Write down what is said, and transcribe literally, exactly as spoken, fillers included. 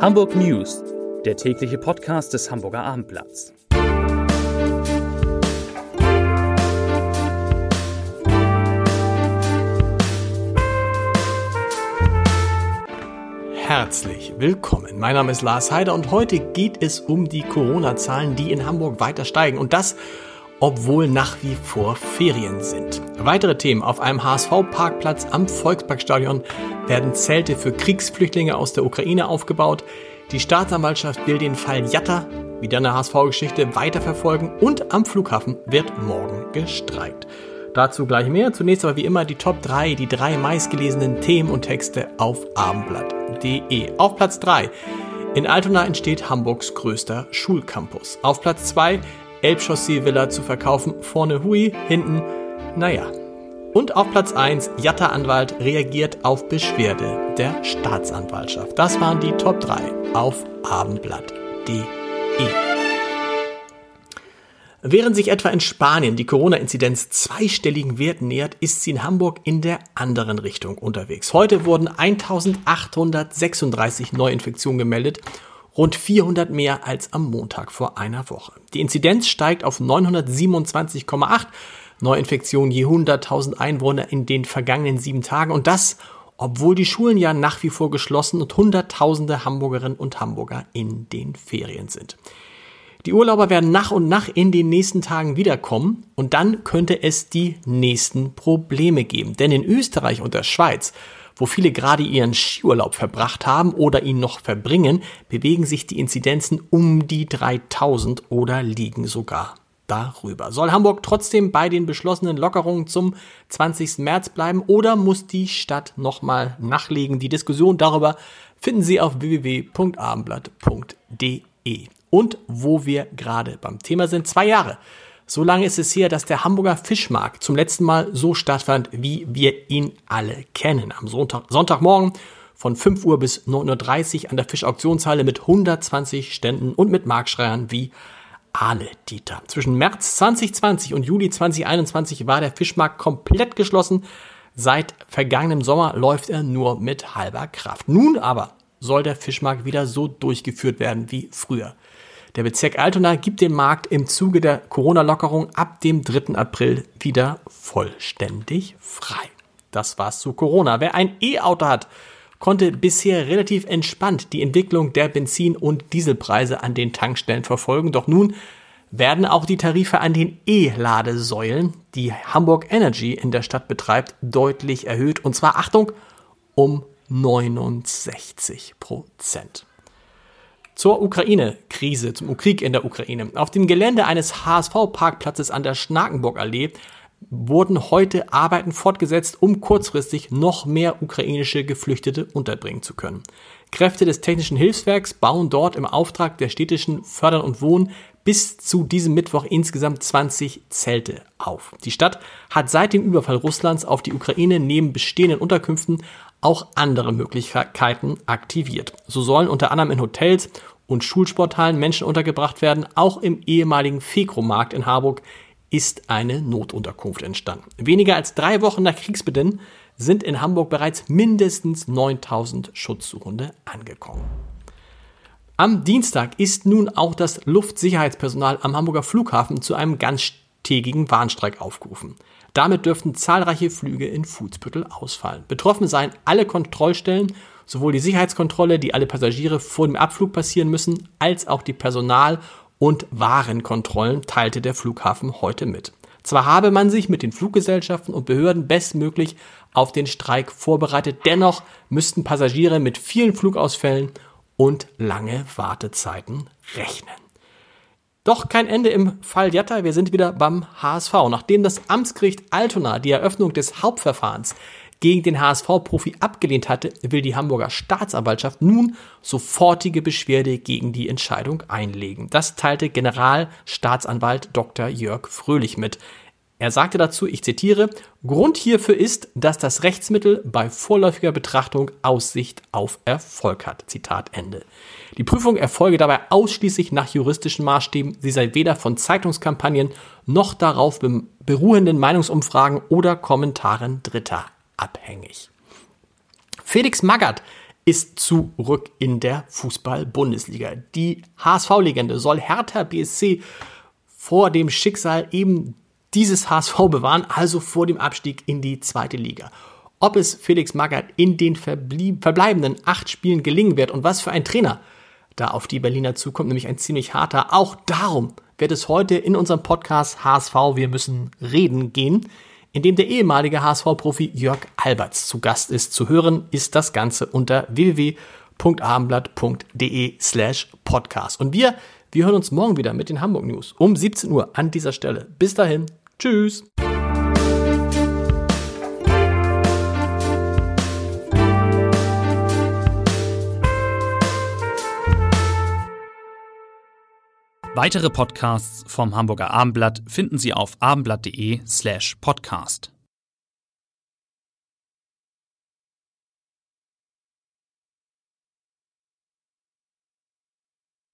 Hamburg News, der tägliche Podcast des Hamburger Abendblatts. Herzlich willkommen. Mein Name ist Lars Heider und heute geht es um die Corona-Zahlen, die in Hamburg weiter steigen. Und das, obwohl nach wie vor Ferien sind. Weitere Themen: Auf einem H S V-Parkplatz am Volksparkstadion werden Zelte für Kriegsflüchtlinge aus der Ukraine aufgebaut. Die Staatsanwaltschaft will den Fall Jatta, wieder eine H S V-Geschichte, weiterverfolgen. Und am Flughafen wird morgen gestreikt. Dazu gleich mehr. Zunächst aber wie immer die Top drei, die drei meistgelesenen Themen und Texte auf abendblatt punkt de. Auf Platz drei. In Altona entsteht Hamburgs größter Schulcampus. Auf Platz zwei. Elbchaussee-Villa zu verkaufen. Vorne hui, hinten naja. Und auf Platz eins. Jatta-Anwalt reagiert auf Beschwerde der Staatsanwaltschaft. Das waren die Top drei auf abendblatt punkt de. Während sich etwa in Spanien die Corona-Inzidenz zweistelligen Werten nähert, ist sie in Hamburg in der anderen Richtung unterwegs. Heute wurden eintausendachthundertsechsunddreißig Neuinfektionen gemeldet, rund vierhundert mehr als am Montag vor einer Woche. Die Inzidenz steigt auf neunhundertsiebenundzwanzig Komma acht Neuinfektionen je hunderttausend Einwohner in den vergangenen sieben Tagen. Und das, obwohl die Schulen ja nach wie vor geschlossen und Hunderttausende Hamburgerinnen und Hamburger in den Ferien sind. Die Urlauber werden nach und nach in den nächsten Tagen wiederkommen und dann könnte es die nächsten Probleme geben. Denn in Österreich und der Schweiz, wo viele gerade ihren Skiurlaub verbracht haben oder ihn noch verbringen, bewegen sich die Inzidenzen um die dreitausend oder liegen sogar darüber. Soll Hamburg trotzdem bei den beschlossenen Lockerungen zum zwanzigsten März bleiben oder muss die Stadt nochmal nachlegen? Die Diskussion darüber finden Sie auf w w w punkt abendblatt punkt de. Und wo wir gerade beim Thema sind, zwei Jahre. So lange ist es her, dass der Hamburger Fischmarkt zum letzten Mal so stattfand, wie wir ihn alle kennen. Am Sonntag, Sonntagmorgen von fünf Uhr bis neun Uhr dreißig an der Fischauktionshalle mit hundertzwanzig Ständen und mit Marktschreiern wie Ahle Dieter. Zwischen März zwanzig zwanzig und Juli zwanzig einundzwanzig war der Fischmarkt komplett geschlossen. Seit vergangenem Sommer läuft er nur mit halber Kraft. Nun aber soll der Fischmarkt wieder so durchgeführt werden wie früher. Der Bezirk Altona gibt den Markt im Zuge der Corona-Lockerung ab dem dritten April wieder vollständig frei. Das war's zu Corona. Wer ein E-Auto hat, konnte bisher relativ entspannt die Entwicklung der Benzin- und Dieselpreise an den Tankstellen verfolgen. Doch nun werden auch die Tarife an den E-Ladesäulen, die Hamburg Energy in der Stadt betreibt, deutlich erhöht. Und zwar, Achtung, um neunundsechzig Prozent. Zur Ukraine-Krise, zum Krieg in der Ukraine. Auf dem Gelände eines H S V-Parkplatzes an der Schnakenburgallee wurden heute Arbeiten fortgesetzt, um kurzfristig noch mehr ukrainische Geflüchtete unterbringen zu können. Kräfte des Technischen Hilfswerks bauen dort im Auftrag der städtischen Fördern und Wohnen bis zu diesem Mittwoch insgesamt zwanzig Zelte auf. Die Stadt hat seit dem Überfall Russlands auf die Ukraine neben bestehenden Unterkünften auch andere Möglichkeiten aktiviert. So sollen unter anderem in Hotels und Schulsporthallen Menschen untergebracht werden. Auch im ehemaligen Fekro-Markt in Harburg ist eine Notunterkunft entstanden. Weniger als drei Wochen nach Kriegsbeginn sind in Hamburg bereits mindestens neuntausend Schutzsuchende angekommen. Am Dienstag ist nun auch das Luftsicherheitspersonal am Hamburger Flughafen zu einem ganztägigen Warnstreik aufgerufen. Damit dürften zahlreiche Flüge in Fuhlsbüttel ausfallen. Betroffen seien alle Kontrollstellen, sowohl die Sicherheitskontrolle, die alle Passagiere vor dem Abflug passieren müssen, als auch die Personal- und Warenkontrollen, teilte der Flughafen heute mit. Zwar habe man sich mit den Fluggesellschaften und Behörden bestmöglich auf den Streik vorbereitet, dennoch müssten Passagiere mit vielen Flugausfällen und lange Wartezeiten rechnen. Doch kein Ende im Fall Jatta, wir sind wieder beim H S V. Nachdem das Amtsgericht Altona die Eröffnung des Hauptverfahrens gegen den H S V-Profi abgelehnt hatte, will die Hamburger Staatsanwaltschaft nun sofortige Beschwerde gegen die Entscheidung einlegen. Das teilte Generalstaatsanwalt Doktor Jörg Fröhlich mit. Er sagte dazu, ich zitiere, Grund hierfür ist, dass das Rechtsmittel bei vorläufiger Betrachtung Aussicht auf Erfolg hat. Zitat Ende. Die Prüfung erfolge dabei ausschließlich nach juristischen Maßstäben. Sie sei weder von Zeitungskampagnen noch darauf beruhenden Meinungsumfragen oder Kommentaren Dritter abhängig. Felix Magath ist zurück in der Fußball-Bundesliga. Die H S V-Legende soll Hertha B S C vor dem Schicksal eben dieses H S V bewahren, also vor dem Abstieg in die zweite Liga. Ob es Felix Magath in den verblieb- verbleibenden acht Spielen gelingen wird und was für ein Trainer da auf die Berliner zukommt, nämlich ein ziemlich harter, auch darum wird es heute in unserem Podcast H S V Wir müssen reden gehen, in dem der ehemalige H S V-Profi Jörg Albertz zu Gast ist. Zu hören ist das Ganze unter w w w punkt abendblatt punkt d e slash podcast. Und wir, wir hören uns morgen wieder mit den Hamburg News um siebzehn Uhr an dieser Stelle. Bis dahin, tschüss! Weitere Podcasts vom Hamburger Abendblatt finden Sie auf abendblatt punkt de slash podcast.